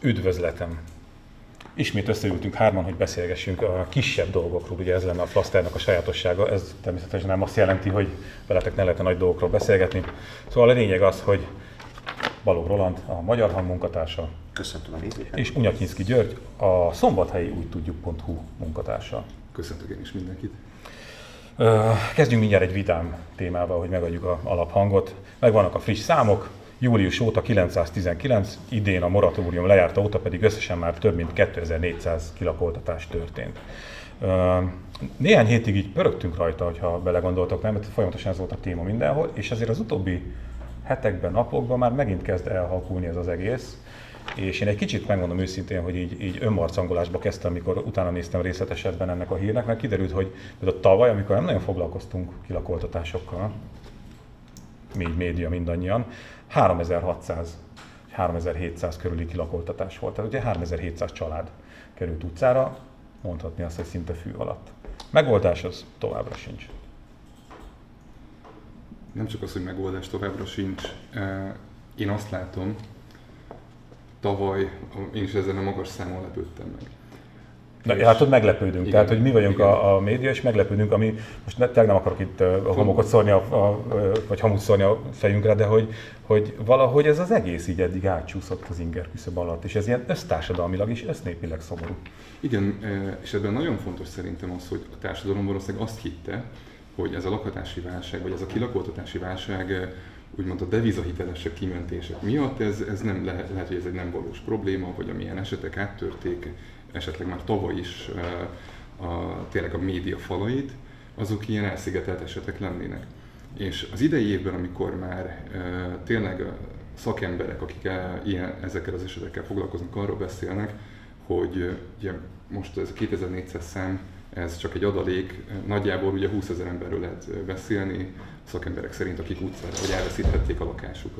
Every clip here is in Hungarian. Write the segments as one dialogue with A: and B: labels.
A: Üdvözletem! Ismét összeültünk hárman, hogy beszélgessünk a kisebb dolgokról, ugye ez lenne a Flaszternak a sajátossága, ez természetesen nem azt jelenti, hogy veletek ne lehet a nagy dolgokról beszélgetni. Szóval a lényeg az, hogy Balogh Roland, a Magyar Hang munkatársa,
B: köszöntöm a nézőket,
A: és Unyakinszky György, a szombathelyi úgytudjuk.hu munkatársa.
C: Köszöntök én is mindenkit!
A: Kezdjünk mindjárt egy vidám témával, hogy megadjuk az alaphangot. Megvannak a friss számok, július óta 919, idén a moratórium lejárta óta pedig összesen már több mint 2400 kilakoltatás történt. Néhány hétig így pörögtünk rajta, hogyha belegondoltok, nem? Mert folyamatosan ez volt a téma mindenhol, és azért az utóbbi hetekben, napokban már megint kezd elhalkulni ez az egész. És én egy kicsit megmondom őszintén, hogy így önmarcangolásba kezdtem, amikor utána néztem részletesebben ennek a hírnek, mert kiderült, hogy például tavaly, amikor nem nagyon foglalkoztunk kilakoltatásokkal, mi így média mindannyian, 3600, 3700 körüli kilakoltatás volt. Tehát ugye 3700 család került utcára, mondhatni azt, hogy szinte fű alatt. Megoldás az továbbra sincs.
C: Nem csak az, hogy megoldás továbbra sincs. Én azt látom, tavaly én is ezen a magas számon lepődtem meg.
A: De hát ott meglepődünk, igen, tehát hogy mi vagyunk a média, és meglepődünk, ami most tényleg nem akarok itt homokot szórni, vagy hamut szórni a fejünkre, de hogy valahogy ez az egész így eddig átcsúszott az inger küszöb alatt, és ez ilyen össztársadalmilag és össznépileg szomorú.
C: Igen, és ebben nagyon fontos szerintem az, hogy a társadalom valószínűleg azt hitte, hogy ez a lakhatási válság, vagy ez a kilakoltatási válság úgymond a devizahitelesek kimentések miatt ez nem lehet, hogy ez egy nem valós probléma, vagy amilyen esetek áttörték esetleg már tavaly is tényleg a média falait, azok ilyen elszigetelt esetek lennének. És az idei évben, amikor már tényleg szakemberek, akik ezekkel az esetekkel foglalkoznak, arról beszélnek, hogy ugye most ez a 2400 szám, ez csak egy adalék, nagyjából ugye 20 000 emberről lehet beszélni, szakemberek szerint, akik utcára, vagy elveszíthették a lakásukat.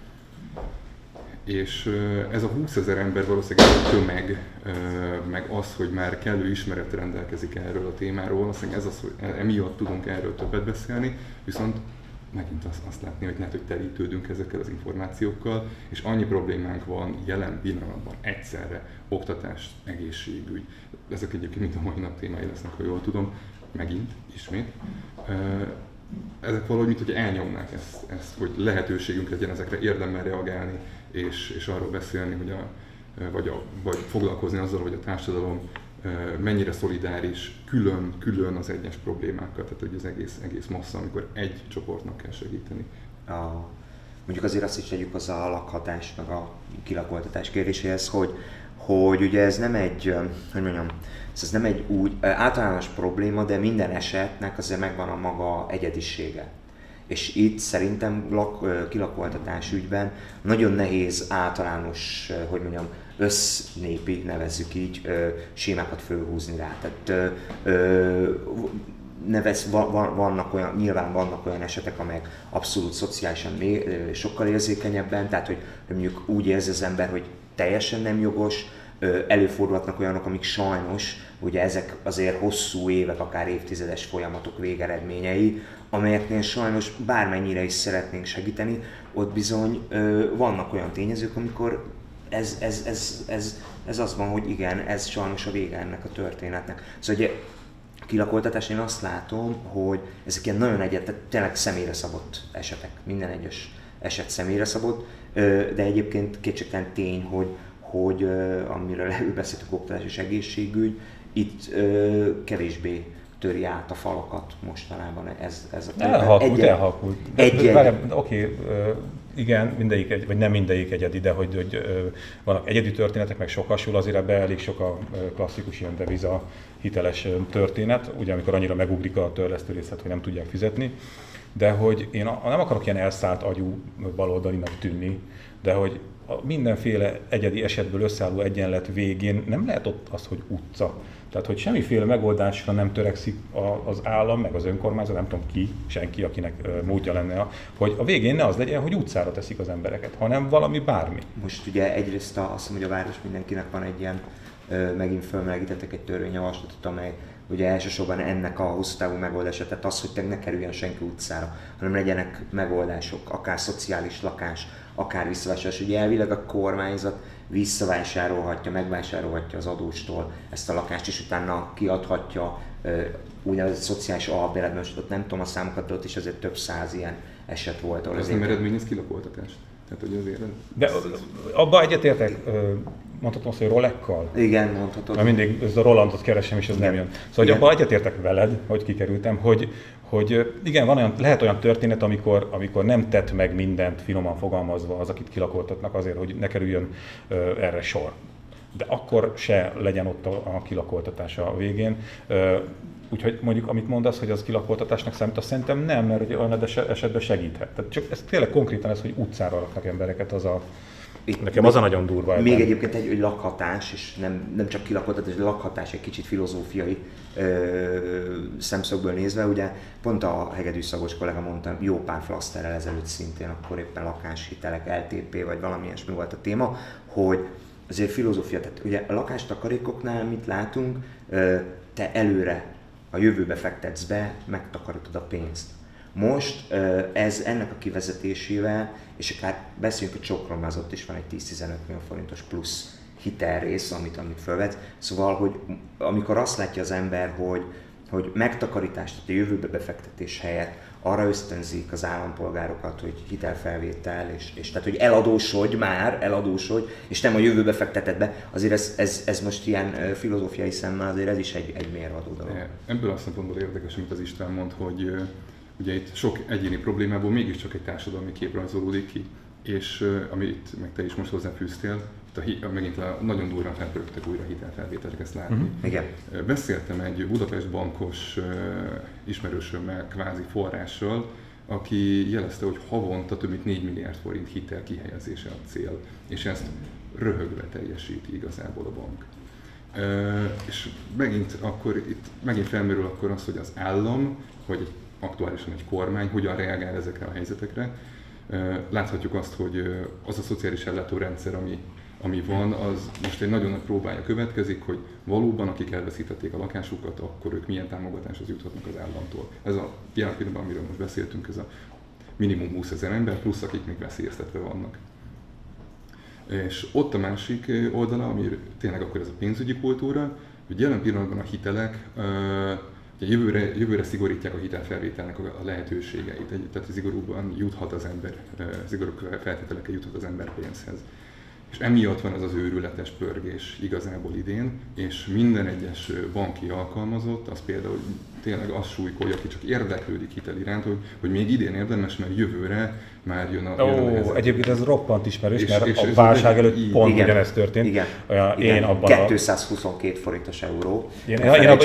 C: És ez a 20 000 ember valószínűleg egy tömeg, meg az, hogy már kellő ismeret rendelkezik erről a témáról, valószínűleg ez az, hogy emiatt tudunk erről többet beszélni, viszont megint azt látni, hogy lehet, hogy terítődünk ezekkel az információkkal, és annyi problémánk van jelen pillanatban egyszerre, oktatás, egészségügy, ezek egyébként mind a mai nap témái lesznek, ha jól tudom, megint, ismét. Ezek valahogy, mint hogy elnyomnák ezt, hogy lehetőségünk legyen ezekre érdemben reagálni, és arról beszélni, hogy vagy foglalkozni azzal, hogy a társadalom mennyire szolidáris, külön az egyes problémákkal, tehát hogy az egész massza, amikor egy csoportnak kell segíteni.
B: Mondjuk azért azt is tegyük hozzá a lakhatás, meg a kilakoltatás kérdéséhez, hogy ugye ez nem egy, ez nem egy úgy általános probléma, de minden esetnek azért megvan a maga egyedisége. És itt szerintem kilakoltatás ügyben nagyon nehéz általános, össznépi, nevezzük így, sémákat fölhúzni rá. Tehát nyilván vannak olyan esetek, amelyek abszolút szociálisan sokkal érzékenyebben, tehát hogy mondjuk úgy érzi az ember, hogy teljesen nem jogos, előfordulhatnak olyanok, amik sajnos, ugye ezek azért hosszú évek, akár évtizedes folyamatok végeredményei, amelyeknél sajnos bármennyire is szeretnénk segíteni, ott bizony vannak olyan tényezők, amikor ez az van, hogy igen, ez sajnos a vége ennek a történetnek. Szóval ugye kilakoltatás, én azt látom, hogy ezek ilyen nagyon tényleg személyre szabott esetek, minden egyes eset személyre szabott, de egyébként kétségtelen tény, hogy amiről beszéltünk, oktatás és egészségügy, itt kevésbé töri át a falakat mostanában ez a
A: elhalkult. Oké, igen, mindegyik, vagy nem mindegyik egyedi, de hogy vannak egyedi történetek, meg sok hasonló, azért ebben elég sok a klasszikus ilyen deviza hiteles történet, ugye amikor annyira megugrik a törlesztő részlet, hogy nem tudják fizetni, de hogy én nem akarok ilyen elszállt agyú baloldalinak tűnni, de hogy mindenféle egyedi esetből összeálló egyenlet végén nem lehet ott az, hogy utca. Tehát, hogy semmiféle megoldásra nem törekszik az állam, meg az önkormányzat, nem tudom ki, senki, akinek múltja lenne, hogy a végén ne az legyen, hogy utcára teszik az embereket, hanem valami bármi.
B: Most ugye egyrészt azt mondom, hogy a város mindenkinek van egy ilyen, megint fölmelegítettek egy törvényjavaslatot, amely ugye elsősorban ennek a hosszú távú megoldása, tehát az, hogy ne kerüljen senki utcára, hanem legyenek megoldások, akár szociális lakás, akár visszavásárlás. Ugye elvileg a kormányzat visszavásárolhatja, megvásárolhatja az adóstól ezt a lakást, és utána kiadhatja úgynevezett szociális alapbérletben, most ott nem tudom a számokat, de ott is azért több száz ilyen eset volt.
C: Ez nem eredményez kilakoltatást? Tehát, hogy azért...
A: De abban egyetértek, mondhatom azt, hogy Rolekkal?
B: Igen, mondhatod.
A: Mert mindig ez a Rolandot keresem, és ez nem jön. Szóval abban egyetértek veled, hogy kikerültem, hogy igen, lehet olyan történet, amikor nem tett meg mindent, finoman fogalmazva az, akit kilakoltatnak azért, hogy ne kerüljön erre sor. De akkor se legyen ott a kilakoltatása a végén. Úgyhogy mondjuk, amit mondasz, hogy az kilakoltatásnak számít, azt szerintem nem, mert ugye olyan esetben segíthet. Tehát csak ez tényleg konkrétan ez, hogy utcára raknak embereket, nekem az a nagyon durva.
B: Még ebben. Egyébként egy lakhatás, és nem csak kilakoltatás, de lakhatás egy kicsit filozófiai szemszögből nézve, ugye pont a hegedűs Szagos kollega mondta jó pár flaszterrel ezelőtt szintén, akkor éppen lakáshitelek, LTP vagy valami ilyesmi volt a téma, hogy azért filozófia, tehát ugye a lakástakarékoknál mit látunk, te előre a jövőbe fektetsz be, megtakarítod a pénzt. Most ez ennek a kivezetésével, és akár beszéljünk a csokról, mert ott is van egy 10-15 millió forintos plusz hitelrész, amit felvetsz. Szóval, hogy amikor azt látja az ember, hogy megtakarítást, tehát a jövőbe befektetés helyett arra ösztönzik az állampolgárokat, hogy hitelfelvétel, és tehát, hogy eladósodj, és nem a jövőbe fekteted be, azért ez most ilyen filozófiai szemmel azért ez is egy mérvadó dolog.
C: Ebből a szempontból érdekes, amit az István mond, hogy ugye itt sok egyéni problémából mégiscsak egy társadalmi kép rajzolódik ki, és amit meg te is most hozzáfűztél, megint nagyon durván felpörögtek újra hitelfelvételek, ezt látni.
B: Igen.
C: Beszéltem egy Budapest bankos ismerősömmel, kvázi forrással, aki jelezte, hogy havonta több mint 4 milliárd forint hitel kihelyezése a cél, és ezt röhögve teljesíti igazából a bank. És megint felmerül akkor az, hogy az állam, vagy aktuálisan egy kormány hogyan reagál ezekre a helyzetekre. Láthatjuk azt, hogy az a szociális ellátórendszer, ami van, az most egy nagyon nagy próbája következik, hogy valóban akik elveszítették a lakásukat, akkor ők milyen támogatáshoz juthatnak az államtól. Ez a jelen pillanatban, amiről most beszéltünk, ez a minimum 20 000 ember, plusz akik még veszélyeztetve vannak. És ott a másik oldala, ami tényleg akkor ez a pénzügyi kultúra, hogy jelen pillanatban a hitelek jövőre szigorítják a hitelfelvételnek a lehetőségeit, tehát szigorúban juthat az ember, szigorú feltételekkel juthat az ember pénzhez. És emiatt van ez az őrületes pörgés igazából idén, és minden egyes banki alkalmazott, az például tényleg azt súlykolja, aki csak érdeklődik hitel iránt, hogy még idén érdemes, mert jövőre már jön a
A: egyébként ez roppant ismerős, mert a válság előtt pont ugyanezt történt.
B: Igen.
A: Én abban
B: 222 forintos euró.
A: Én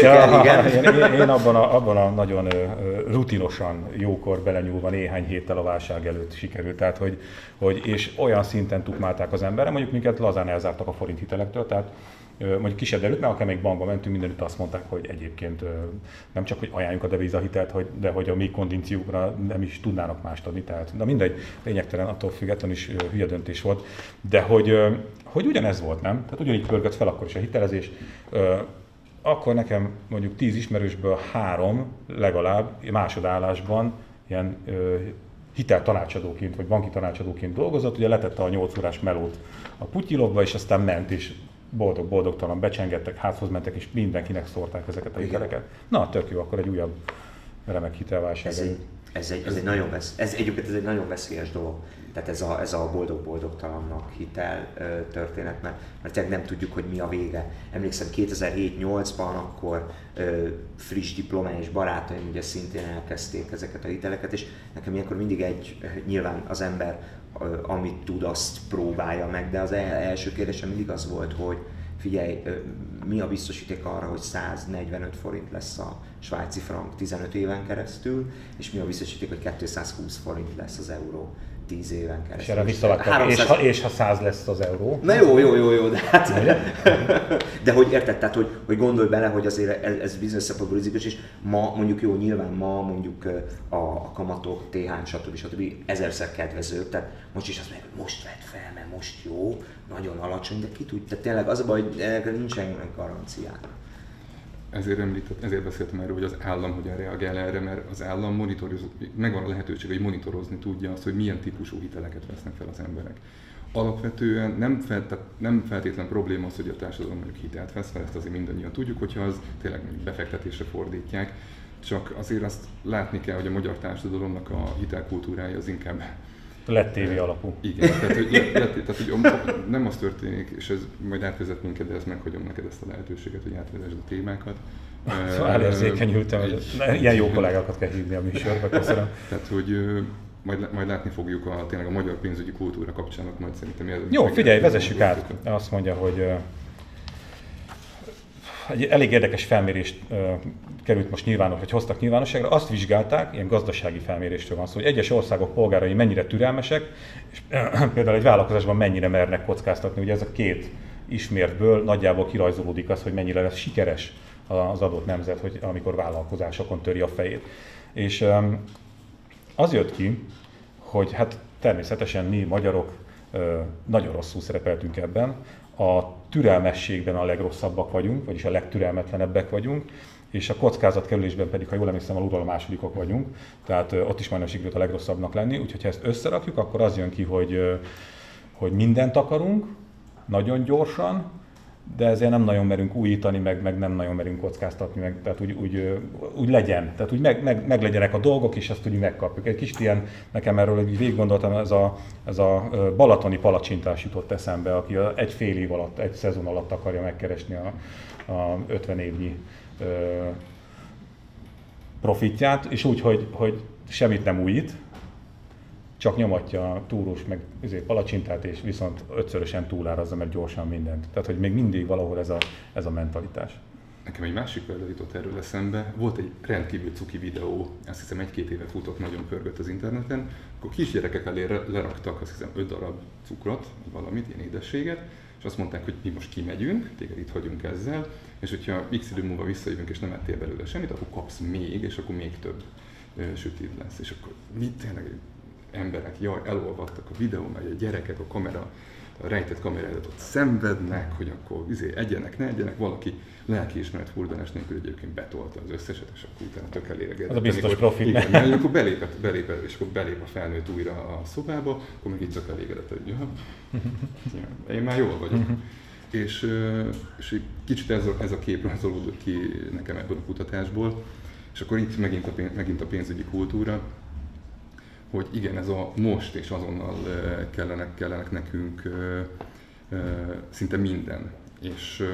A: abban a nagyon rutinosan jókor belenyúlva néhány héttel a válság előtt sikerült, tehát és olyan szinten tukmálták az emberek, mondjuk minket lazán elzártak a forint hitelektől, tehát mondjuk kisebb előtt, mert akár még bankba mentünk, mindenütt azt mondták, hogy egyébként nem csak, hogy ajánljuk a devizahitelt, de hogy a mi kondíciókra nem is tudnának mást adni. Tehát, de mindegy, lényegtelen, attól függetlenül is hülye döntés volt. De hogy ugyanez volt, nem? Tehát ugyanígy pörgött fel akkor is a hitelezés. Akkor nekem mondjuk 10 ismerősből 3 legalább másodállásban ilyen hiteltanácsadóként vagy banki tanácsadóként dolgozott, ugye letette a 8 órás melót a putyilokba, és aztán ment is boldog-boldogtalan becsengettek, házhoz mentek, és mindenkinek szórták ezeket a hiteleket. Na, tök jó, akkor egy újabb remek hitelválság.
B: Ez egy nagyon veszélyes dolog. Tehát ez a boldog-boldogtalannak hitel történet, mert tényleg nem tudjuk, hogy mi a vége. Emlékszem 2007-8-ban akkor friss diplomás barátaim ugye szintén elkezdték ezeket a hiteleket, és nekem ilyenkor mindig nyilván az ember amit tud, azt próbálja meg, de az első kérdésem mindig az volt, hogy figyelj, mi a biztosíték arra, hogy 145 forint lesz a svájci frank 15 éven keresztül, és mi a biztosíték, hogy 220 forint lesz az euró 10 éven keresztül.
A: És erre visszavágtak, és ha 100 lesz az euró?
B: Na jó, de hát... De hogy érted, tehát hogy gondolj bele, hogy azért ez bizonyos szempontból rizikos, és ma mondjuk nyilván ma mondjuk a kamatok, TH, stb. Ezerszer kedvezőbb, tehát most is azt mondják, hogy most vedd fel, mert most jó, nagyon alacsony, de ki tudja, tehát tényleg az a baj, hogy nincsen garanciák.
C: Ezért beszéltem erről, hogy az állam hogyan reagál erre, mert az állam megvan a lehetőség, hogy monitorozni tudja azt, hogy milyen típusú hiteleket vesznek fel az emberek. alapvetően nem feltétlen probléma az, hogy a társadalom mondjuk hitelt vesz fel, ezt azért mindannyian tudjuk, hogyha az tényleg mondjuk befektetésre fordítják. Csak azért azt látni kell, hogy a magyar társadalomnak a hitelkultúrája az inkább
A: lett tévé alapú.
C: Igen, tehát hogy nem az történik, és ez majd átvezet minket, de ezt meghagyom neked ezt a lehetőséget, hogy átvezesd a témákat.
A: Szóval elérzékenyültem, hogy ilyen jó kollégákat kell hívni a műsorba, köszönöm.
C: Tehát, hogy majd látni fogjuk tényleg a magyar pénzügyi kultúra kapcsán, majd szerintem...
A: Jó, figyelj, vezessük át. Azt mondja, hogy egy elég érdekes felmérést került most vagy hoztak nyilvánosságra. Azt vizsgálták, ilyen gazdasági felmérésről van szó, hogy egyes országok polgárai mennyire türelmesek, és például egy vállalkozásban mennyire mernek kockáztatni. Ugye ez a két ismértből nagyjából kirajzolódik az, hogy mennyire lesz sikeres az adott nemzet, hogy amikor vállalkozásokon töri a fejét. És az jött ki, hogy hát természetesen mi magyarok nagyon rosszul szerepeltünk ebben, a türelmességben a legrosszabbak vagyunk, vagyis a legtürelmetlenebbek vagyunk, és a kockázatkerülésben pedig, ha jól emlékszem, alulról a másodikok vagyunk, tehát ott is majdnem sikerült a legrosszabbnak lenni, úgyhogy ha ezt összerakjuk, akkor az jön ki, hogy mindent akarunk, nagyon gyorsan, de ezért nem nagyon merünk újítani, meg nem nagyon merünk kockáztatni, tehát úgy legyen, tehát úgy meg legyenek a dolgok, és azt úgy megkapjuk. Egy kicsit ilyen, nekem erről végig gondoltam, ez a balatoni palacsintás jutott eszembe, aki egy fél év alatt, egy szezon alatt akarja megkeresni a 50 évnyi profitját, és úgy, hogy semmit nem újít, csak nyomatja a túrós meg palacsintát, és viszont ötszörösen túlárazza, mert gyorsan mindent. Tehát, hogy még mindig valahol ez a mentalitás.
C: Nekem egy másik példa jutott erről eszembe. Volt egy rendkívül cuki videó, azt hiszem 1-2 éve futott, nagyon pörgött az interneten, akkor kisgyerekek elé leraktak azt hiszem 5 darab cukrot, valamit, ilyen édességet, és azt mondták, hogy mi most kimegyünk, téged itt hagyunk ezzel, és hogyha x idő múlva visszajövünk és nem ettél belőle semmit, akkor kapsz még, és akkor még több sütid lesz. És akkor mit tényleg emberek elolvadtak a videón, mert a gyerekek a rejtett kamera előtt ott szenvednek, hogy akkor egyenek, ne egyenek, valaki lelkiismeret furdanás nélkül egyébként betolta az összeset, és akkor utána tök elégedett.
A: Az a biztos profit.
C: Igen, mert akkor belép, és akkor belép a felnőtt újra a szobába, akkor meg így csak elégedett, hogy én már jól vagyok. És kicsit ez a kép rajzolódott ki nekem ebből a kutatásból, és akkor itt megint a pénzügyi kultúra, hogy igen, ez a most és azonnal kellenek nekünk szinte minden. És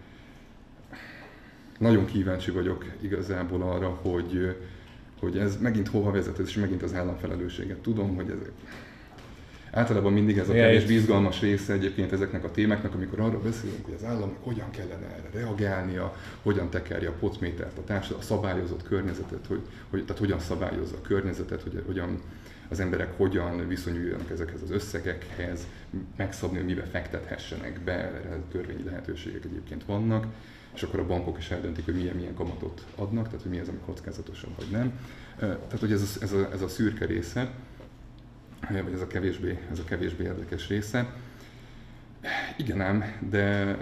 C: nagyon kíváncsi vagyok igazából arra, hogy ez megint hova vezet, és megint az állam felelősséget. Tudom, hogy ez általában mindig ez a kevés izgalmas része egyébként ezeknek a témáknak, amikor arról beszélünk, hogy az államnak hogyan kellene erre reagálnia, hogyan tekerje a pocmétert, a szabályozott környezetet, tehát hogyan szabályozza a környezetet, hogy hogyan az emberek hogyan viszonyuljanak ezekhez az összegekhez, megszabni, hogy mibe fektethessenek be, erre törvényi lehetőségek egyébként vannak, és akkor a bankok is eldöntik, hogy milyen kamatot adnak, tehát hogy mi az, ami kockázatosabb, vagy nem. Tehát, hogy ez a szürke része, vagy ez a kevésbé érdekes része. Igen ám, de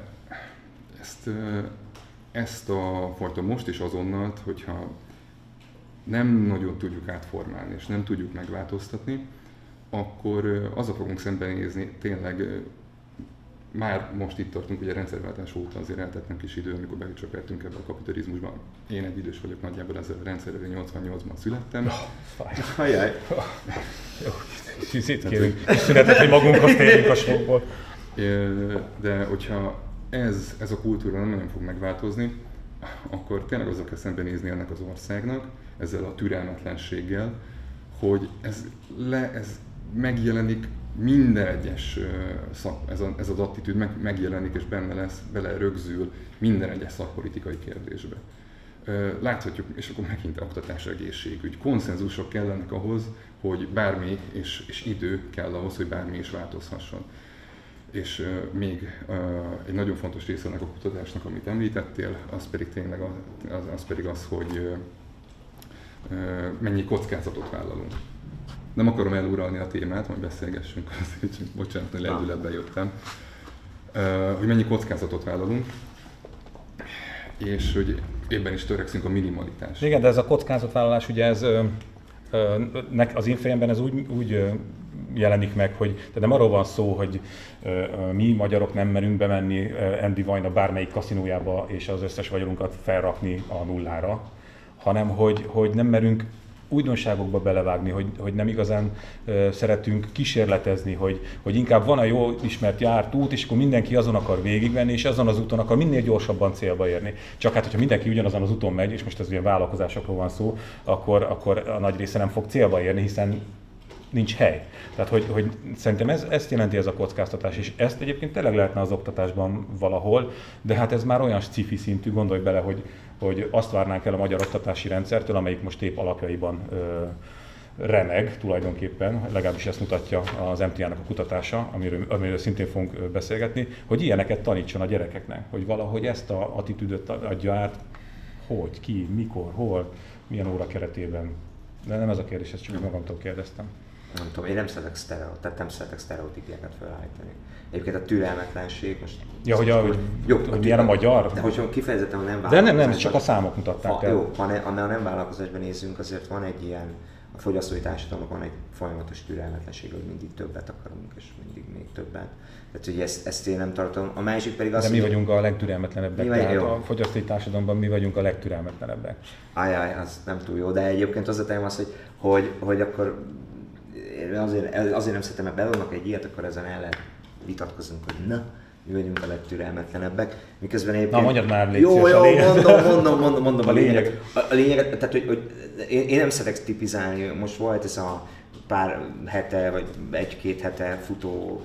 C: ezt a fajta most is azonnal, hogyha nem nagyon tudjuk átformálni, és nem tudjuk megváltoztatni, akkor azzal fogunk szembenézni, tényleg már most itt tartunk, ugye a rendszerváltás óta azért eltett nem kis idő, amikor becsöpeltünk ebbe a kapitalizmusban. Én egy idős vagyok nagyjából ezzel a rendszerrel, 88-ban születtem.
B: Ajaj!
A: Szét kérünk, szünetet, hogy magunkhoz térjünk a sokból.
C: De hogyha ez a kultúra nem nagyon fog megváltozni, akkor tényleg azzal kell szembenézni ennek az országnak, ezzel a türelmetlenséggel, hogy ez megjelenik minden egyes ez az attitűd megjelenik és bele rögzül minden egyes szakpolitikai kérdésbe. Láthatjuk, és akkor megint oktatás, egészségügy. Konszenzusok kellenek ahhoz, hogy bármi, és idő kell ahhoz, hogy bármi is változhasson. És még egy nagyon fontos része ennek a kutatásnak, amit említettél, az pedig tényleg az, hogy mennyi kockázatot vállalunk. Nem akarom eluralni a témát, majd beszélgessünk, csak bocsánat, hogy lendületbe jöttem. Hogy mennyi kockázatot vállalunk, és hogy ebben is törekszünk a minimalitásra.
A: Igen, de ez a kockázatvállalás, ugye ez az én fejemben ez úgy jelenik meg, hogy tehát nem arról van szó, hogy mi magyarok nem merünk bemenni Andy Vajna bármelyik kaszinójába és az összes vagyonunkat felrakni a nullára, hanem hogy nem merünk újdonságokba belevágni, hogy nem igazán szeretünk kísérletezni, hogy inkább van a jól ismert járt út, és akkor mindenki azon akar végigvenni, és azon az úton akar minél gyorsabban célba érni. Csak hát, hogyha mindenki ugyanazon az úton megy, és most ez ilyen vállalkozásokról van szó, akkor a nagy része nem fog célba érni, hiszen nincs hely. Tehát, hogy szerintem ezt jelenti ez a kockáztatás, és ezt egyébként tényleg lehetne az oktatásban valahol, de hát ez már olyan sci-fi szintű, gondolj bele, hogy azt várnánk el a magyar oktatási rendszertől, amelyik most épp alapjaiban remeg tulajdonképpen, legalábbis ezt mutatja az MTA-nak a kutatása, amiről szintén fogunk beszélgetni, hogy ilyeneket tanítson a gyerekeknek, hogy valahogy ezt a attitűdöt adja át, hogy, ki, mikor, hol, milyen óra keretében. De nem ez a kérdés, ezt csak magamtól kérdeztem.
B: Nem tudom, én nem szeretek sztereotípiákat felállítani. Egyébként a türelmetlenség most...
A: Ja, hogy milyen a magyar?
B: De hogyha kifejezetten a nem
A: vállalkozásban... De nem, csak a számok mutatták el.
B: Jó, ha a nem vállalkozásban nézzünk, azért van egy ilyen, a fogyasztói társadalomnak van egy folyamatos türelmetlenség, hogy mindig többet akarunk, és mindig még többet. Tehát, hogy ezt én nem tartom. A másik pedig az,
A: de mi vagyunk a legtürelmetlenebbek, tehát a fogyasztói társadalomban mi vagyunk a legtürelmetlenebbek.
B: Az nem túl jó, de egyébként az a téma az, hogy akkor azért nem szeretem, mert belonnak egy ilyet, akkor ezen el lehet vitatkozunk, hogy na, mi vagyunk a legtürelmetlenebbek, miközben egyébként...
A: Na, mondjad már, légy
B: jó, mondom
A: a lényeget.
B: A lényeget, tehát hogy én nem szeretek tipizálni, most volt ez a pár hete, vagy egy-két hete futó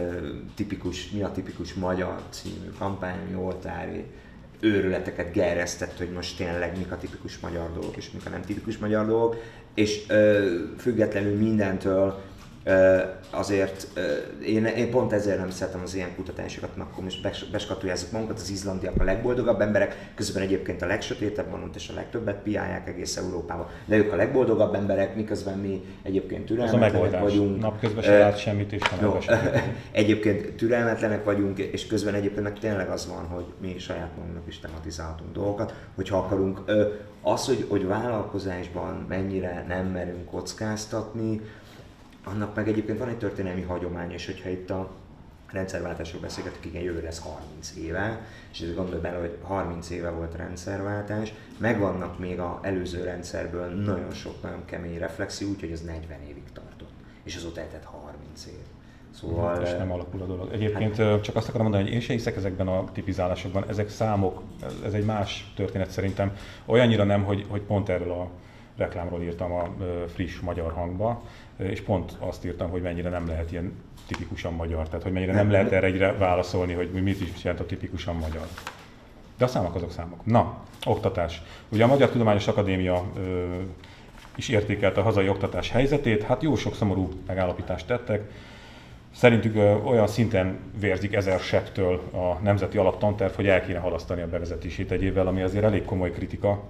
B: mi a tipikus magyar című kampány, oltári őrületeket gerjesztett, hogy most tényleg mik a tipikus magyar dolgok, és mik a nem tipikus magyar dolgok, és függetlenül mindentől azért én pont ezért nem szeretem az ilyen kutatásokat, mert akkor most beskatuljázzuk magunkat, az izlandiak a legboldogabb emberek, közben egyébként a legsötétebb van ott, és a legtöbbet piálják egész Európában, de ők a legboldogabb emberek, miközben mi egyébként türelmetlenek vagyunk.
A: Napközben se lát semmit, és nem
B: egyébként türelmetlenek vagyunk, és közben egyébként tényleg az van, hogy mi saját magunknak is tematizáltunk dolgokat, hogyha akarunk. Az, hogy vállalkozásban mennyire nem merünk kockáztatni, annak meg egyébként van egy történelmi hagyomány, és hogyha itt a rendszerváltásról beszélgetünk, igen, jövő lesz 30 éve, és ez gondolj bele, hogy 30 éve volt rendszerváltás, megvannak még az előző rendszerből nagyon sok, nagyon kemény reflexió, úgyhogy ez 40 évig tartott, és azóta eltett 30 év. Szóval...
A: És nem alakul a dolog. Egyébként csak azt akarom mondani, hogy én se hiszek ezekben a tipizálásokban, ezek számok, ez egy más történet szerintem. Olyannyira nem, hogy pont erről a reklámról írtam a friss magyar hangba, és pont azt írtam, hogy mennyire nem lehet ilyen tipikusan magyar, tehát hogy mennyire nem lehet erre egyre válaszolni, hogy mit is jelent a tipikusan magyar. De a számok azok számok. Na, oktatás. Ugye a Magyar Tudományos Akadémia is értékelte a hazai oktatás helyzetét, hát jó sok szomorú megállapítást tettek. Szerintük olyan szinten vérzik 1000 sebtől a nemzeti alaptanterv, hogy el kéne halasztani a bevezetését egy évvel, ami azért elég komoly kritika.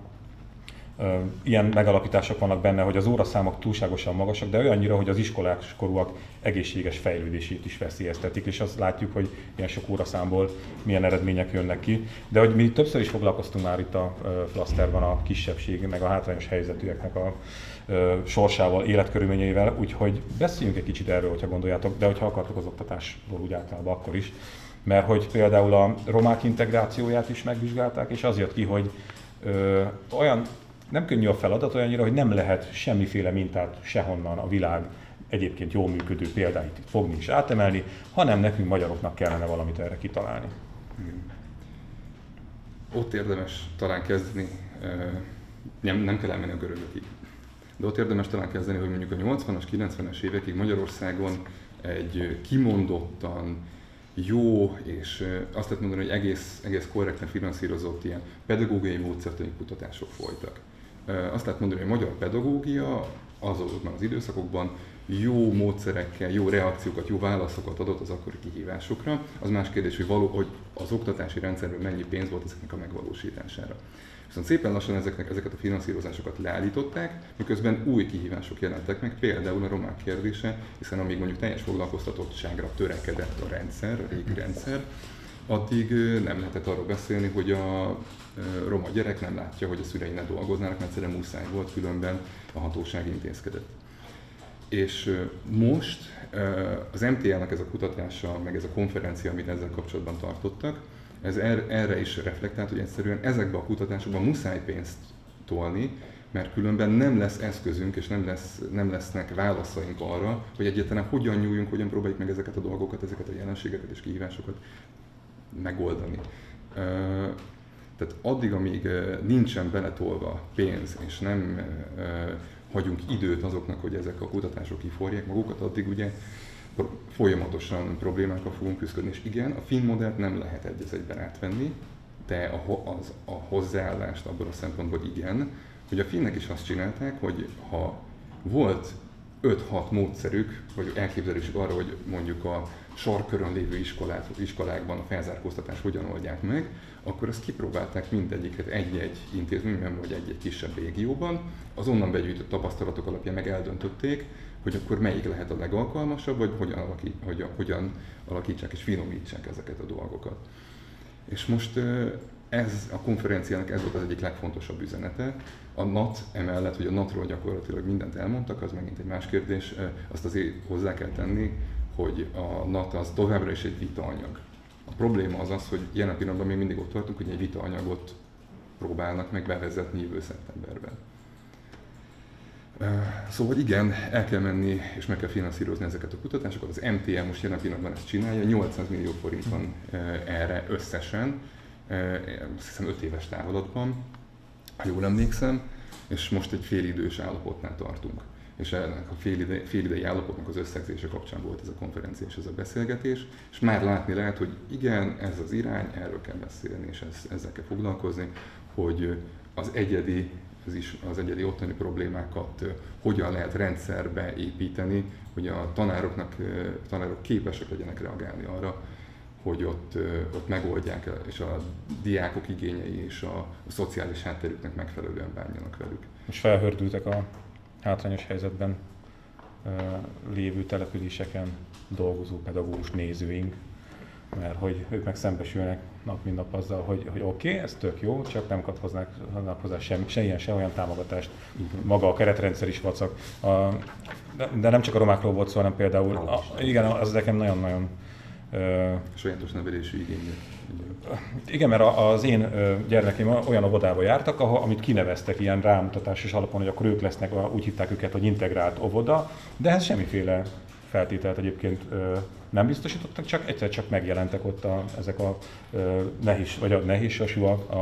A: Ilyen megalapítások vannak benne, hogy az óraszámok túlságosan magasak, de olyannyira, hogy az iskolás korúak egészséges fejlődését is veszélyeztetik, és azt látjuk, hogy ilyen sok óraszámból milyen eredmények jönnek ki. De hogy mi többször is foglalkoztunk már itt a Flaszterban a kisebbség, meg a hátrányos helyzetűeknek a sorsával, életkörülményeivel, úgyhogy beszéljünk egy kicsit erről, hogyha gondoljátok, de hogyha akartok az oktatásról úgy általában, akkor is. Mert hogy például a romák integrációját is megvizsgálták, és az jött ki, hogy olyan nem könnyű a feladat, olyannyira, hogy nem lehet semmiféle mintát sehonnan a világ egyébként jól működő példáit fogni és átemelni, hanem nekünk magyaroknak kellene valamit erre kitalálni.
C: Ott érdemes talán kezdeni, nem kell elmenni a görögökig, de ott érdemes talán kezdeni, hogy mondjuk a 80-as, 90-es évekig Magyarországon egy kimondottan jó, és azt lehet mondani, hogy egész korrekten finanszírozott ilyen pedagógiai módszertani kutatások folytak. Azt lehet mondani, hogy a magyar pedagógia azokban az időszakokban jó módszerekkel, jó reakciókat, jó válaszokat adott az akkori kihívásokra. Az más kérdés, hogy az oktatási rendszerben mennyi pénz volt ezeknek a megvalósítására. Viszont szépen lassan ezeket a finanszírozásokat leállították, miközben új kihívások jelentek meg, például a romák kérdése, hiszen amíg mondjuk teljes foglalkoztatottságra törekedett a rendszer, a régi rendszer, addig nem lehetett arról beszélni, hogy a roma gyerek nem látja, hogy a szülei ne dolgoznának, mert egyszerűen muszáj volt, különben a hatóság intézkedett. És most az MTA-nak ez a kutatása, meg ez a konferencia, amit ezzel kapcsolatban tartottak, ez erre is reflektált, hogy egyszerűen ezekbe a kutatásokban muszáj pénzt tolni, mert különben nem lesz eszközünk és nem lesznek válaszaink arra, hogy egyáltalán hogyan nyúljunk, hogyan próbáljuk meg ezeket a dolgokat, ezeket a jelenségeket és kihívásokat megoldani. Tehát addig, amíg nincsen beletolva pénz, és nem hagyunk időt azoknak, hogy ezek a kutatások kiforják magukat, addig ugye folyamatosan problémákkal fogunk küzdeni. És igen, a finn modellt nem lehet egy az egyben átvenni, de a hozzáállást abban a szempontból igen, hogy a finnek is azt csinálták, hogy ha volt 5-6 módszerük, vagy elképzelésük arra, hogy mondjuk a sarkkörön lévő iskolákban a felzárkóztatást hogyan oldják meg, akkor ezt kipróbálták mindegyiket egy-egy intézményben, vagy egy-egy kisebb régióban. Az onnan begyűjtött tapasztalatok alapján meg eldöntötték, hogy akkor melyik lehet a legalkalmasabb, vagy hogyan alakítsák és finomítsák ezeket a dolgokat. És most ez a konferenciának ez volt az egyik legfontosabb üzenete. A NAT emellett, hogy a NAT-ról gyakorlatilag mindent elmondtak, az megint egy más kérdés, azt azért hozzá kell tenni, hogy a NAT az továbbra is egy vitaanyag. A probléma az, hogy jelen pillanatban még mindig ott tartunk, hogy egy vitaanyagot próbálnak meg bevezetni jövő szeptemberben. Szóval igen, el kell menni és meg kell finanszírozni ezeket a kutatásokat. Az MTA most jelen pillanatban ezt csinálja, 800 millió forint van erre összesen, azt hiszem 5 éves távlatban, ha jól emlékszem, és most egy félidős állapotnál tartunk. És ennek a félidei állapotnak az összegzése kapcsán volt ez a konferencia és ez a beszélgetés, és már látni lehet, hogy igen, ez az irány, erről kell beszélni, és ezzel kell foglalkozni, hogy az egyedi ottani problémákat hogyan lehet rendszerbe építeni, hogy a tanárok képesek legyenek reagálni arra, hogy ott megoldják, és a diákok igényei és a szociális hátterüknek megfelelően bánjanak velük.
A: Most felhördültek a hátrányos helyzetben lévő településeken dolgozó pedagógus nézőink, mert hogy ők meg szembesülnek nap mint nap azzal, hogy oké, ez tök jó, csak nem kaphatnak hozzá se ilyen, se olyan támogatást. Maga a keretrendszer is vacak. De nem csak a romákról volt szó, hanem például, igen, az nekem nagyon-nagyon...
C: Sajátos nevelési igénye.
A: Igen, mert az én gyermekeim olyan óvodába jártak, amit kineveztek ilyen rámutatásos alapon, hogy akkor ők lesznek, úgy hívták őket, hogy integrált óvoda, de ez semmiféle feltételt egyébként nem biztosítottak, csak egyszer csak megjelentek ott ezek a nehézsasúak,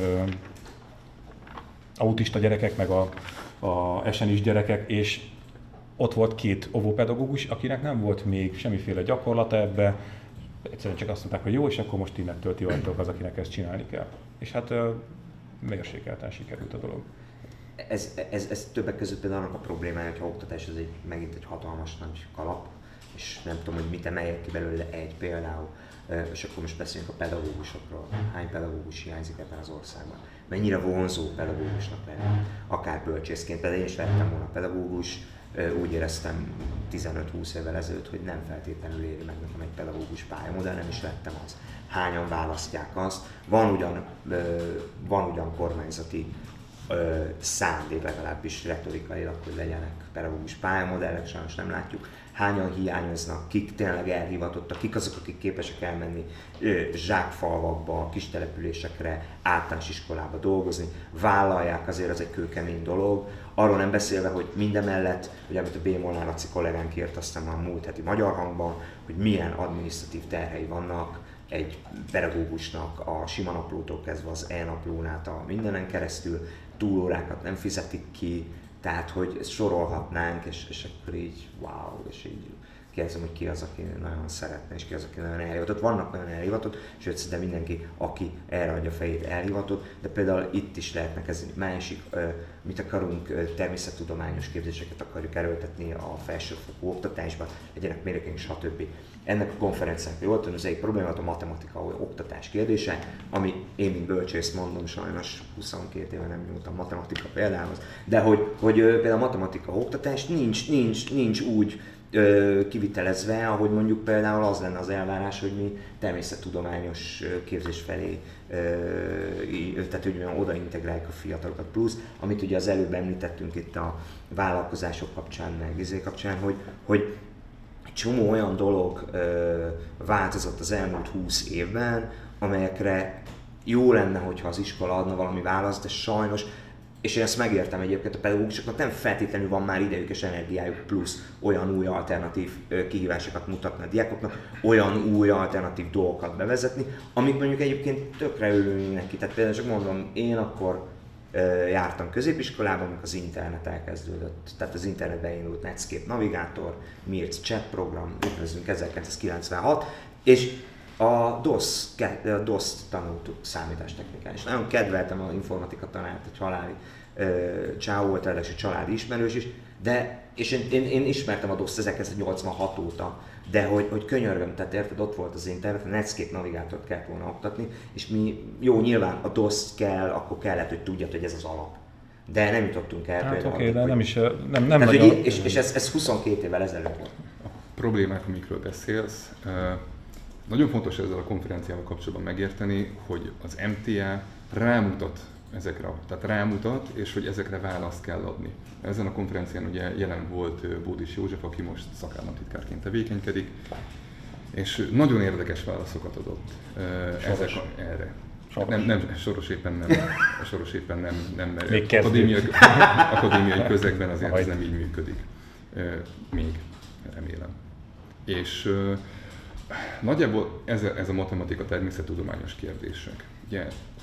A: autista gyerekek, meg a SNIS gyerekek, és ott volt 2 óvópedagógus, akinek nem volt még semmiféle gyakorlata ebbe, egyszerűen csak azt mondták, hogy jó, és akkor most innentől ti vagytok az, akinek ezt csinálni kell. És hát mérsékelten sikerült a dolog.
B: Ez többek között például annak a problémája, hogy a oktatás az megint egy hatalmas nagy kalap, és nem tudom, hogy mit emeljek ki belőle egy például, és akkor most beszéljünk a pedagógusokról. Hány pedagógus hiányzik ebben az országban? Mennyire vonzó pedagógusnak lenni, akár bölcsészként. Például én is lettem volna pedagógus, úgy éreztem 15-20 évvel ezelőtt, hogy nem feltétlenül éri meg nekem egy pedagógus pályamodell, nem is lettem az. Hányan választják azt? Van ugyan kormányzati szándék, legalábbis retorikailag, hogy legyenek pedagógus pályamodellek, sajnos nem látjuk. Hányan hiányoznak, kik tényleg elhivatottak, kik azok, akik képesek elmenni zsákfalvakba, kis településekre, általános iskolába dolgozni, vállalják, azért az egy kőkemény dolog. Arról nem beszélve, hogy mindemellett, ugye amit a B. Molnár Laci kollégánk írt aztán a múlt heti Magyar Hangban, hogy milyen adminisztratív terhei vannak egy pedagógusnak a sima naplótól kezdve az e-naplón át a mindenen keresztül, túlórákat nem fizetik ki, tehát hogy ezt sorolhatnánk, és akkor így wow, és így kérdezem, hogy ki az, aki nagyon szeretne, és ki az, aki nagyon elhivatott. Vannak nagyon elhivatott, sőt, szinte mindenki, aki erre adja fejét, elhivatott, de például itt is lehetnek ez másik, mit akarunk, természettudományos képzéseket akarjuk erőltetni a felsőfokú oktatásban, legyenek mérőkénk, stb. Ennek a konferenciának volt, az egyik probléma a matematika oktatás kérdése, ami én, mint bölcsész mondom, sajnos 22 éve nem nyúltam matematika példához, de hogy például a matematika oktatás nincs úgy kivitelezve, ahogy mondjuk például az lenne az elvárás, hogy mi természettudományos képzés felé, tehát hogy oda integráljuk a fiatalokat. Plusz, amit ugye az előbb említettünk itt a vállalkozások kapcsán, meg kapcsán, hogy egy csomó olyan dolog változott az elmúlt 20 évben, amelyekre jó lenne, hogyha az iskola adna valami választ, de sajnos, és én ezt megértem egyébként, a pedagógusoknak nem feltétlenül van már idejük és energiájuk plusz olyan új alternatív kihívásokat mutatni a diákoknak, olyan új alternatív dolgokat bevezetni, amik mondjuk egyébként tökre örülünk neki. Tehát például csak mondom, én akkor jártam középiskolában, amikor az internet elkezdődött. Tehát az internetben indult Netscape navigátor, Mirc chat program, üdvözlünk 1996, és a DOS-t tanultuk számítástechnikán, és nagyon kedveltem az informatika tanárt, egy haláli csávó volt, ráadásul családi ismerős is, és én ismertem a DOS-t 1986 óta, de hogy könyörgöm, tehát érted, ott volt az internet, a Netscape navigátort kellett volna oktatni, és jó, nyilván a DOS kell, akkor kellett, hogy tudjad, hogy ez az alap. De nem jutottunk el
A: hát
B: például.
A: Oké, de nem is, nem
B: tehát,
A: nagyon...
B: és ez 22 évvel ezelőtt volt.
C: A problémák, amikről beszélsz, nagyon fontos ezzel a konferenciával kapcsolatban megérteni, hogy az MTA rámutat ezekre, tehát rámutat, és hogy ezekre választ kell adni. Ezen a konferencián ugye jelen volt Bódis József, aki most szakállamtitkárként tevékenykedik, és nagyon érdekes válaszokat adott erre. Soros éppen nem, mert akadémiai közegben azért ez nem így működik. Még remélem. És nagyjából ez a matematika természettudományos kérdések. Ugye,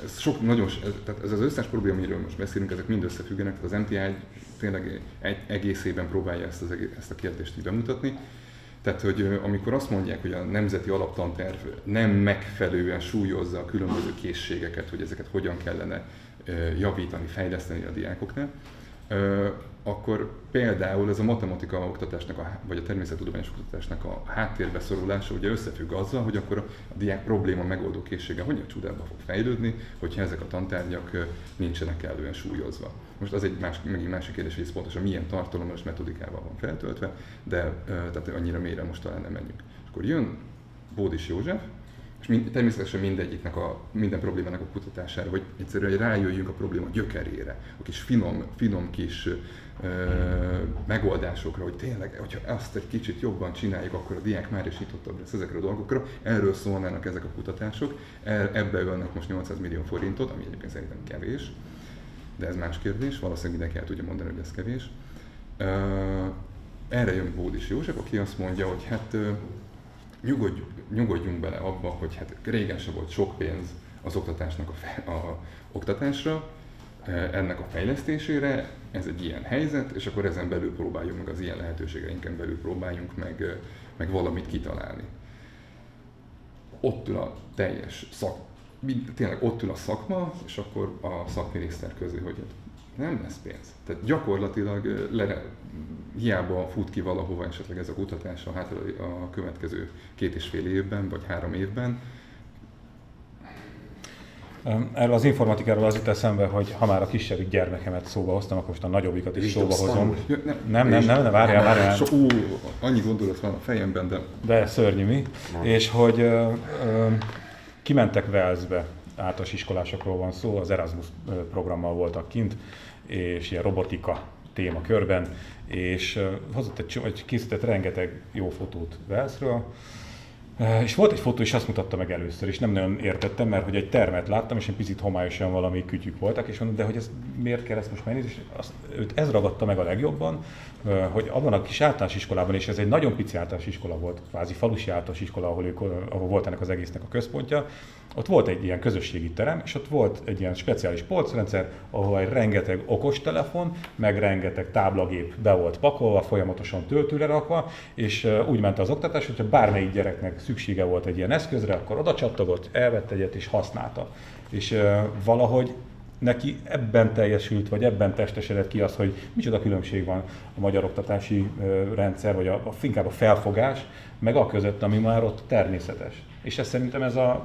C: ez az összes probléma, amiről most beszélünk, ezek mind összefüggenek, az MTI tényleg egészében próbálja ezt a kérdést így bemutatni. Tehát, hogy amikor azt mondják, hogy a nemzeti alaptanterv nem megfelelően súlyozza a különböző készségeket, hogy ezeket hogyan kellene javítani, fejleszteni a diákoknál, akkor például ez a matematika oktatásnak, vagy a természettudományos oktatásnak a háttérbe szorulása ugye összefügg azzal, hogy akkor a diák probléma megoldó készsége hogyan csodába fog fejlődni, hogyha ezek a tantárgyak nincsenek kellően súlyozva. Most az megint másik kérdés, hogy ez pontosan milyen tartalommal és metodikával van feltöltve, de tehát annyira mélyre most talán nem menjünk. És akkor jön Bódis József, és természetesen minden problémának a kutatására, hogy egyszerűen rájöjjünk a probléma gyökerére, a kis finom kis megoldásokra, hogy tényleg, hogyha azt egy kicsit jobban csináljuk, akkor a diák már is nyitottabb lesz ezekre a dolgokra. Erről szólnának ezek a kutatások, ebbe ölnek most 800 millió forintot, ami egyébként szerintem kevés, de ez más kérdés, valószínűleg mindenki el tudja mondani, hogy ez kevés. Erre jön Bódis József, aki azt mondja, hogy hát nyugodjunk bele abba, hogy hát régen sem volt sok pénz az oktatásnak a oktatásra, ennek a fejlesztésére, ez egy ilyen helyzet, és akkor ezen belül próbáljunk meg, az ilyen lehetőségeinken belül próbáljunk meg valamit kitalálni. Ott ül a teljes tényleg ott ül a szakma, és akkor a szakminiszter közé, hogy nem lesz pénz. Tehát gyakorlatilag hiába fut ki valahova esetleg ez a kutatás a következő 2,5 évben, vagy 3 évben.
A: Erről az informatikáról az jut eszembe, hogy ha már a kisebbik gyermekemet szóba hoztam, akkor most a nagyobbikat is szóba hozom. Nem, várjál.
C: Annyi gondolat van a fejemben,
A: de szörnyű mi. És hogy kimentek Walesbe, általános iskolásokról van szó, az Erasmus programmal voltak kint, és ilyen robotika témakörben, és készített rengeteg jó fotót Walesről. És volt egy fotó, és azt mutatta meg először, és nem nagyon értettem, mert hogy egy termet láttam, és egy picit homályosan valami kütyük voltak, és mondom, de hogy ez miért kell ezt most megnézni, és őt ez ragadta meg a legjobban, hogy abban a kis általános iskolában, és ez egy nagyon pici általános iskola volt, kvázi falusi általános iskola, ahol volt ennek az egésznek a központja, ott volt egy ilyen közösségi terem, és ott volt egy ilyen speciális polcrendszer, ahol egy rengeteg okostelefon, meg rengeteg táblagép be volt pakolva, folyamatosan töltőre rakva, és úgy ment az oktatás, hogyha bármelyik gyereknek szüksége volt egy ilyen eszközre, akkor oda csattogott, elvett egyet és használta. És valahogy neki ebben teljesült, vagy ebben testesedett ki az, hogy micsoda különbség van a magyar oktatási rendszer, vagy inkább a felfogás, meg a között, ami már ott természetes. És ez szerintem ez a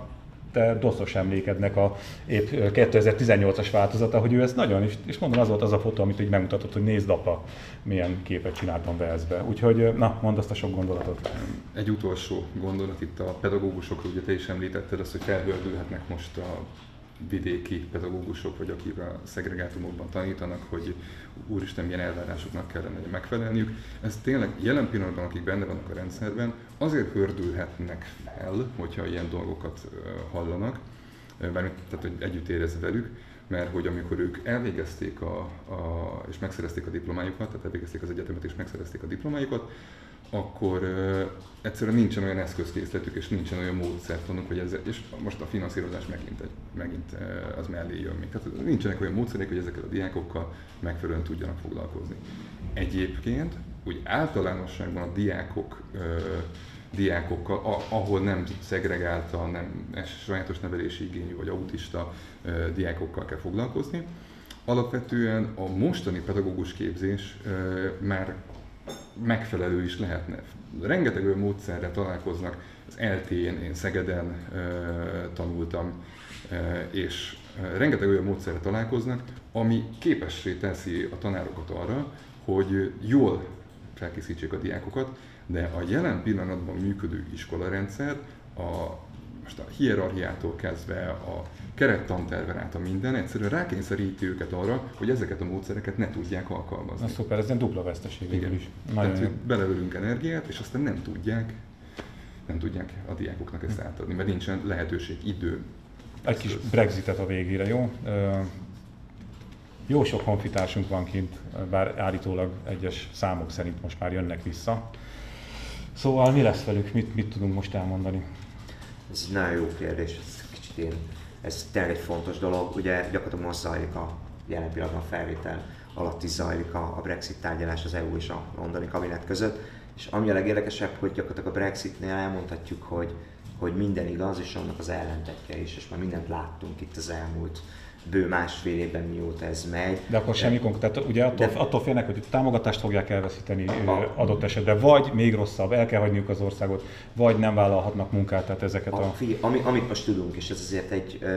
A: te doszos emlékednek a épp 2018-as változata, hogy ő ezt nagyon, és mondom, az volt az a fotó, amit így megmutatott, hogy nézd apa, milyen képet csináltam Walesbe. Úgyhogy, na, mondd azt a sok gondolatot.
C: Egy utolsó gondolat itt a pedagógusokról, ugye te is említetted azt, hogy felhördülhetnek most a vidéki pedagógusok, vagy akik a szegregátumokban tanítanak, hogy úristen, milyen elvárásoknak kellene megfelelniük. Ez tényleg jelen pillanatban, akik benne vannak a rendszerben, azért hördülhetnek fel, hogyha ilyen dolgokat hallanak, tehát hogy együtt érez velük, mert hogy amikor ők elvégezték és megszerezték a diplomájukat, tehát elvégezték az egyetemet és megszerezték a diplomájukat, akkor egyszerűen nincsen olyan eszközkészletük és nincsen olyan módszertanuk, hogy ez, és most a finanszírozás megint az mellé jön még. Tehát nincsenek olyan módszerek, hogy ezekkel a diákokkal megfelelően tudjanak foglalkozni. Egyébként úgy általánosságban a diákokkal, ahol nem szegregálta, nem sajátos nevelési igényű vagy autista diákokkal kell foglalkozni. Alapvetően a mostani pedagógus képzés már megfelelő is lehetne. Rengeteg olyan módszerrel találkoznak, az LT-n, én Szegeden tanultam, és rengeteg olyan módszerrel találkoznak, ami képessé teszi a tanárokat arra, hogy jól felkészítsék a diákokat, de a jelen pillanatban működő iskolarendszer, most a hierarchiától kezdve a kerettanterven át a minden, egyszerűen rákényszeríti őket arra, hogy ezeket a módszereket ne tudják alkalmazni.
A: Na szuper, ez egy dupla veszteség végül is.
C: Tehát, hogy beleölünk energiát, és aztán nem tudják a diákoknak ezt átadni, mert nincsen lehetőség, idő.
A: Egy kis Brexitet a végére, jó? Jó sok honfitársunk van kint, bár állítólag egyes számok szerint most már jönnek vissza. Szóval mi lesz velük? Mit tudunk most elmondani?
B: Ez egy nagyon jó kérdés, ez tényleg egy fontos dolog. Ugye gyakorlatilag most zajlik a jelen pillanatban felvétel alatt is zajlik a Brexit tárgyalás az EU és a londoni kabinet között. És ami a legérdekesebb, hogy gyakorlatilag a Brexitnél elmondhatjuk, hogy minden igaz, és annak az ellentetje is, és már mindent láttunk itt az elmúlt bő másfél évben, mióta ez megy.
A: De akkor semmi konkrét, tehát ugye attól félnek, hogy támogatást fogják elveszíteni adott esetben, vagy még rosszabb, el kell hagyniuk az országot, vagy nem vállalhatnak munkát, tehát ezeket
B: Amit most tudunk, és ez azért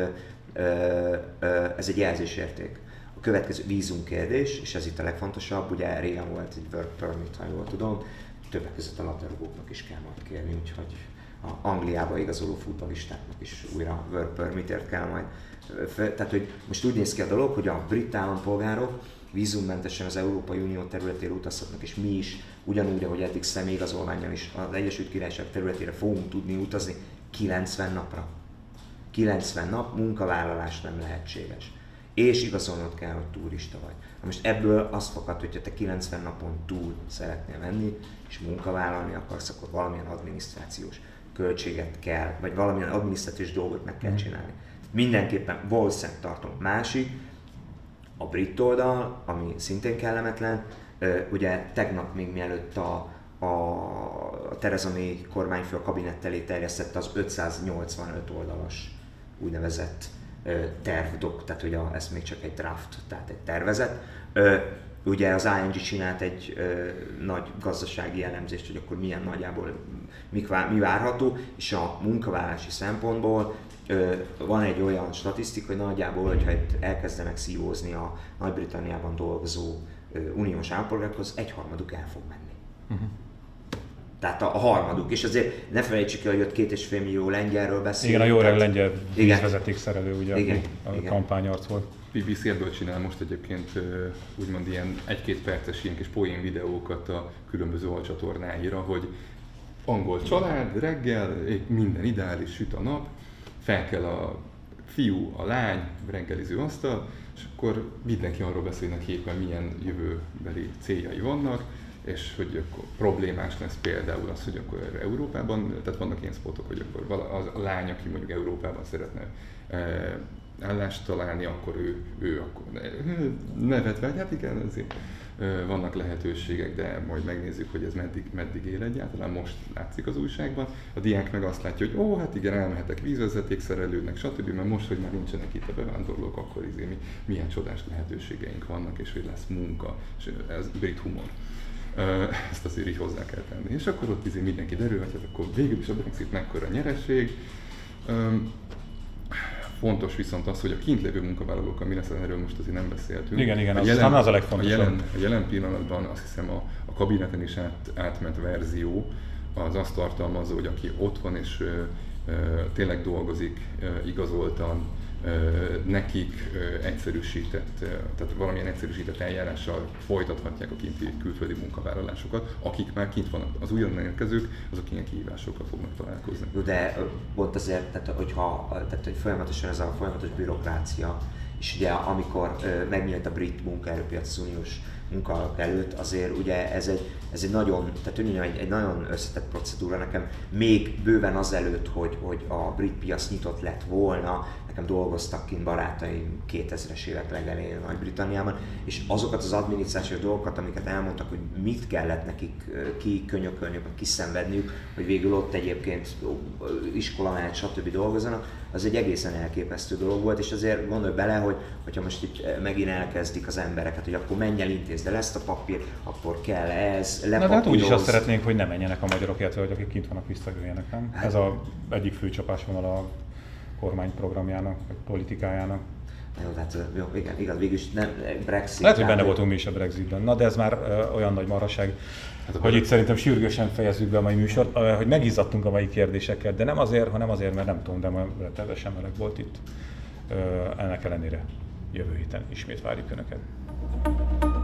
B: ez egy jelzésérték. A következő vízumkérdés, és ez itt a legfontosabb, ugye régen volt egy work permit, ha jól tudom, többek között a labdarúgóknak is kell majd kérni, úgyhogy a Angliába igazoló futballistáknak is újra work permitért kell majd. Tehát, hogy most úgy néz ki a dolog, hogy a brit állampolgárok vízummentesen az Európai Unió területére utazhatnak, és mi is ugyanúgy, ahogy eddig személyigazolvánnyal is az Egyesült Királyság területére fogunk tudni utazni 90 napra. 90 nap munkavállalás nem lehetséges. És igazolnod kell, hogy turista vagy. Na most ebből az fakad, hogyha te 90 napon túl szeretnél menni, és munkavállalni akarsz, akkor valamilyen adminisztrációs költséget kell, vagy valamilyen adminisztrációs dolgot meg kell csinálni. Mindenképpen valószínűleg tartom. Másik, a brit oldal, ami szintén kellemetlen, ugye tegnap még mielőtt a Theresa May kormányfő a kabinett elé terjesztette az 585 oldalas úgynevezett tervdok, tehát ugye ez még csak egy draft, tehát egy tervezet. Ugye az ING csinált egy nagy gazdasági elemzést, hogy akkor milyen nagyjából mi várható, és a munkavállalási szempontból van egy olyan statisztika, hogy nagyjából, hogyha elkezdenek szívózni a Nagy-Britanniában dolgozó uniós állampolgárokhoz, egyharmaduk el fog menni. Uh-huh. Tehát a harmaduk, és azért ne felejtsük el, hogy ott 2,5 millió lengyelről beszélünk.
A: Igen, a jó lengyel vízvezetékszerelő, ugye a kampányarc volt.
C: BBC ebből csinál most egyébként úgymond ilyen 1-2 perces ilyen kis poén videókat a különböző alcsatornáira, hogy angol család, reggel, minden ideális, süt a nap, fel kell a fiú, a lány, reggeliző asztal, és akkor mindenki arról beszél, hogy éppen milyen jövőbeli céljai vannak, és hogy akkor problémás lesz például az, hogy akkor Európában, tehát vannak ilyen spotok, hogy akkor a lány, aki mondjuk Európában szeretne állást találni, akkor ő akkor nevetve, hát igen, azért vannak lehetőségek, de majd megnézzük, hogy ez meddig él egyáltalán, most látszik az újságban. A diák meg azt látja, hogy hát igen, elmehetek vízvezetékszerelőnek, stb., mert most, hogy már nincsenek itt a bevándorlók, akkor milyen csodás lehetőségeink vannak, és hogy lesz munka, és ez brit humor. Ezt azért így hozzá kell tenni. És akkor ott mindenki derül, hogy akkor végül is a Brexit mekkora nyereség. Fontos viszont az, hogy a kint lévő munkavállalókkal mi lesz, erről most azért nem beszéltünk.
A: Igen, az a legfontosabb.
C: A jelen pillanatban azt hiszem a kabineten is átment verzió az azt tartalmazó, hogy aki ott van és tényleg dolgozik igazoltan, nekik egyszerűsített, tehát valamilyen egyszerűsített eljárással folytathatják a kinti külföldi munkavállalásokat, akik már kint vannak. Az újonnan érkezők, azok ilyen kihívásokkal fognak találkozni.
B: De pont azért, hogy folyamatosan ez a folyamatos bürokrácia, és ugye amikor megnyílt a brit munkaerőpiac az uniós munkaalap előtt, azért ugye ez egy nagyon, tehát egy nagyon összetett procedúra. Nekem még bőven azelőtt, hogy a brit piac nyitott lett volna, nekem dolgoztak kint barátaim 2000-es évek legelején Nagy-Britanniában, és azokat az adminisztrációs dolgokat, amiket elmondtak, hogy mit kellett nekik kikönyökölniük, kiszenvedniük, hogy végül ott egyébként iskola mellett stb. Dolgozzanak, az egy egészen elképesztő dolog volt, és azért gondolj bele, hogyha most itt megint elkezdik az embereket, hogy akkor menj el, intézd el ezt a papírt, akkor kell ez,
A: lepapíroz. Na de hát úgyis azt szeretnénk, hogy ne menjenek a magyarok, illetve hogy akik kint vannak, visszajöjjenek, nem? Hát, ez az egyik fő csapásvonal a kormányprogramjának, vagy politikájának.
B: Jó, tehát jó, igen, igaz, végülis nem Brexit.
A: Lehet, hogy benne voltunk mi is a Brexitben. Na de ez már olyan nagy marhaság, hogy itt szerintem sürgősen fejezzük be a mai műsort, hogy megizzadtunk a mai kérdéseket, de nem azért, hanem azért, mert nem tudom, de ma rettenetesen meleg volt itt. Ennek ellenére jövő héten ismét várjuk Önöket.